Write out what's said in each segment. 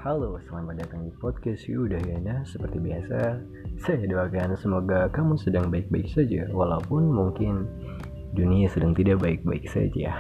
Halo, selamat datang di podcast Yudayana. Seperti biasa, saya doakan semoga kamu sedang baik-baik saja, walaupun mungkin dunia sedang tidak baik-baik saja.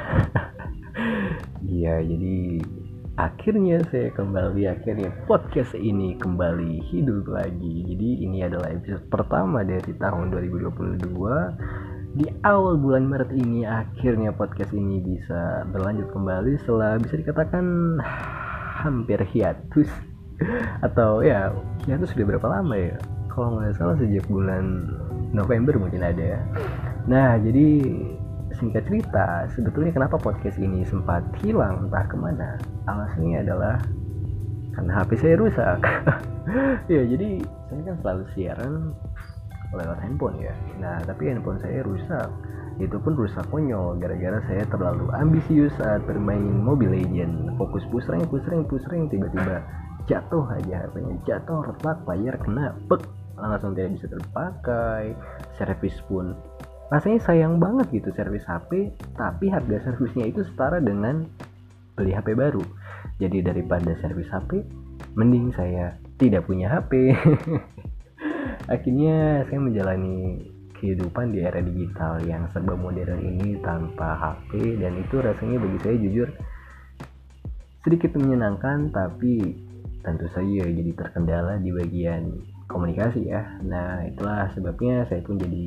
Iya, jadi akhirnya podcast ini kembali hidup lagi. Jadi ini adalah episode pertama dari tahun 2022. Di awal bulan Maret ini akhirnya podcast ini bisa berlanjut kembali setelah bisa dikatakan hampir hiatus. Atau ya hiatus sudah berapa lama ya, kalau nggak salah sejak bulan November mungkin ada ya. Nah, jadi singkat cerita, sebetulnya kenapa podcast ini sempat hilang entah kemana, alasannya adalah karena HP saya rusak. Ya, jadi saya kan selalu siaran lewat handphone ya. Nah, tapi handphone saya rusak. Itu pun rusak konyol gara-gara saya terlalu ambisius saat bermain Mobile Legends. Fokus pusreng, tiba-tiba jatuh aja HP-nya, jatuh, retak, layar kena, langsung tidak bisa terpakai. Servis pun rasanya sayang banget gitu, servis HP, tapi harga servisnya itu setara dengan beli HP baru. Jadi daripada servis HP, mending saya tidak punya HP. Akhirnya saya menjalani kehidupan di era digital yang serba modern ini tanpa HP, dan itu rasanya bagi saya jujur sedikit menyenangkan, tapi tentu saja jadi terkendala di bagian komunikasi ya. Nah, itulah sebabnya saya pun jadi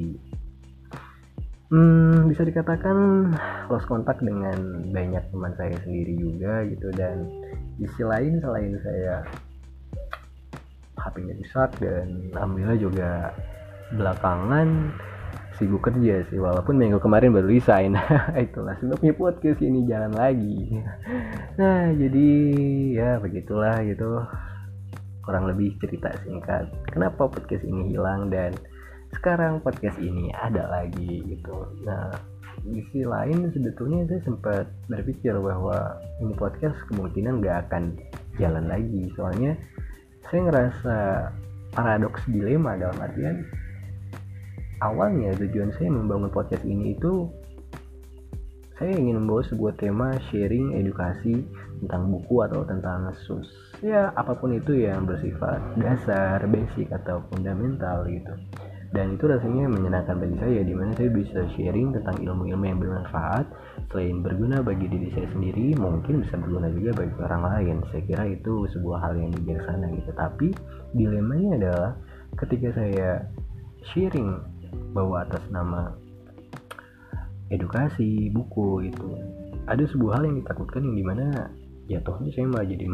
bisa dikatakan lost kontak dengan banyak teman saya sendiri juga gitu. Dan di sisi lain, selain saya HP-nya rusak, dan alhamdulillah juga belakangan sibuk kerja sih, walaupun minggu kemarin baru resign. Itulah sebabnya podcast ini jalan lagi. Nah, jadi ya begitulah gitu, kurang lebih cerita singkat kenapa podcast ini hilang dan sekarang podcast ini ada lagi gitu. Nah, di sisi lain sebetulnya saya sempat berpikir bahwa ini podcast kemungkinan gak akan jalan lagi, soalnya saya ngerasa paradoks dilema, dalam artian awalnya tujuan saya membangun podcast ini itu saya ingin membawa sebuah tema sharing edukasi tentang buku atau tentang ya apapun itu yang bersifat dasar, basic atau fundamental gitu. Dan itu rasanya menyenangkan bagi saya, dimana saya bisa sharing tentang ilmu-ilmu yang bermanfaat. Selain berguna bagi diri saya sendiri, mungkin bisa berguna juga bagi orang lain. Saya kira itu sebuah hal yang bijaksana gitu. Tapi dilemanya adalah ketika saya sharing bahwa atas nama edukasi buku itu, ada sebuah hal yang ditakutkan, yang dimana jatuhnya saya malah jadi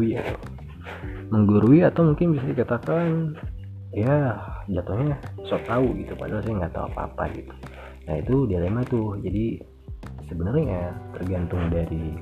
menggurui atau mungkin bisa dikatakan ya jatuhnya sok tahu gitu, padahal saya nggak tahu apa-apa gitu. Nah, itu dilema tuh. Jadi sebenarnya tergantung dari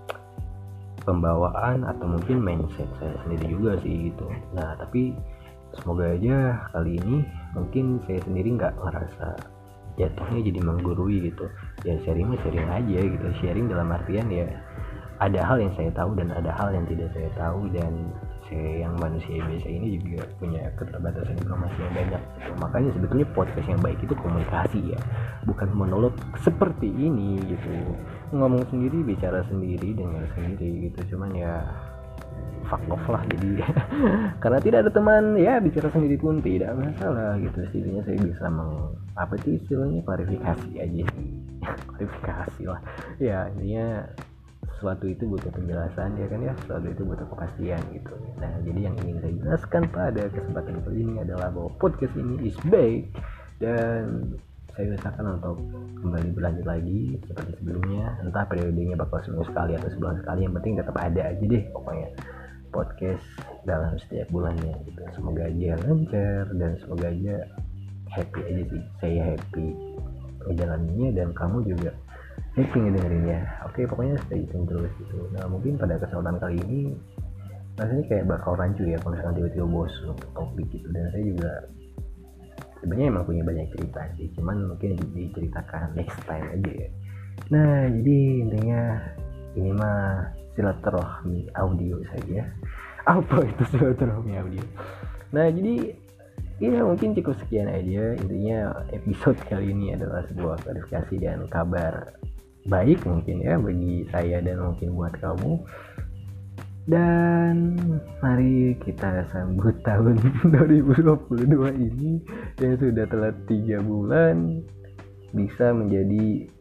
pembawaan atau mungkin mindset saya sendiri juga sih gitu. Nah, tapi semoga aja kali ini mungkin saya sendiri nggak ngerasa jatuhnya jadi menggurui gitu. Ya sharing aja gitu. Sharing dalam artian ya ada hal yang saya tahu dan ada hal yang tidak saya tahu, dan saya yang manusia biasa ini juga punya keterbatasan informasi yang banyak gitu. Makanya sebetulnya podcast yang baik itu komunikasi ya, bukan monolog seperti ini gitu, ngomong sendiri, bicara sendiri, dengar sendiri gitu. Cuman ya fuck off lah jadi karena tidak ada teman ya, bicara sendiri pun tidak masalah gitu. Setidaknya saya bisa istilahnya klarifikasi aja sih. Klarifikasi lah ya, intinya sesuatu itu butuh penjelasan ya kan ya, sesuatu itu butuh kepastian gitu. Nah, jadi yang ingin saya jelaskan pada kesempatan kali ini adalah bahwa podcast ini is back, dan saya usahakan untuk kembali berlanjut lagi seperti sebelumnya. Entah periodenya bakal seminggu sekali atau sebulan sekali, yang penting tetap ada aja deh pokoknya podcast dalam setiap bulannya gitu. Semoga aja lancar dan semoga aja happy aja sih. Saya happy menjalaninya dan kamu juga happy ngedengerinnya. Oke, pokoknya stay tune terus gitu. Nah, mungkin pada kesempatan kali ini rasanya kayak bakal rancu ya kalau misalkan tiba-tiba bosan untuk topik gitu. Dan saya juga sebenarnya emang punya banyak cerita sih, cuman mungkin diceritakan next time aja ya. Nah, jadi intinya ini mah silaturahmi audio saja. Apa itu silaturahmi audio? Nah, jadi ya mungkin cukup sekian aja. Intinya episode kali ini adalah sebuah klarifikasi dan kabar baik mungkin ya bagi saya dan mungkin buat kamu. Dan mari kita sambut tahun 2022 ini yang sudah telat 3 bulan bisa menjadi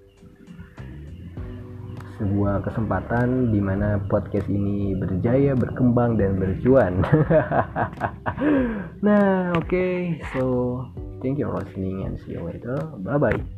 sebuah kesempatan di mana podcast ini berjaya, berkembang, dan bercuan. Nah, oke. So, thank you for listening and see you later. Bye-bye.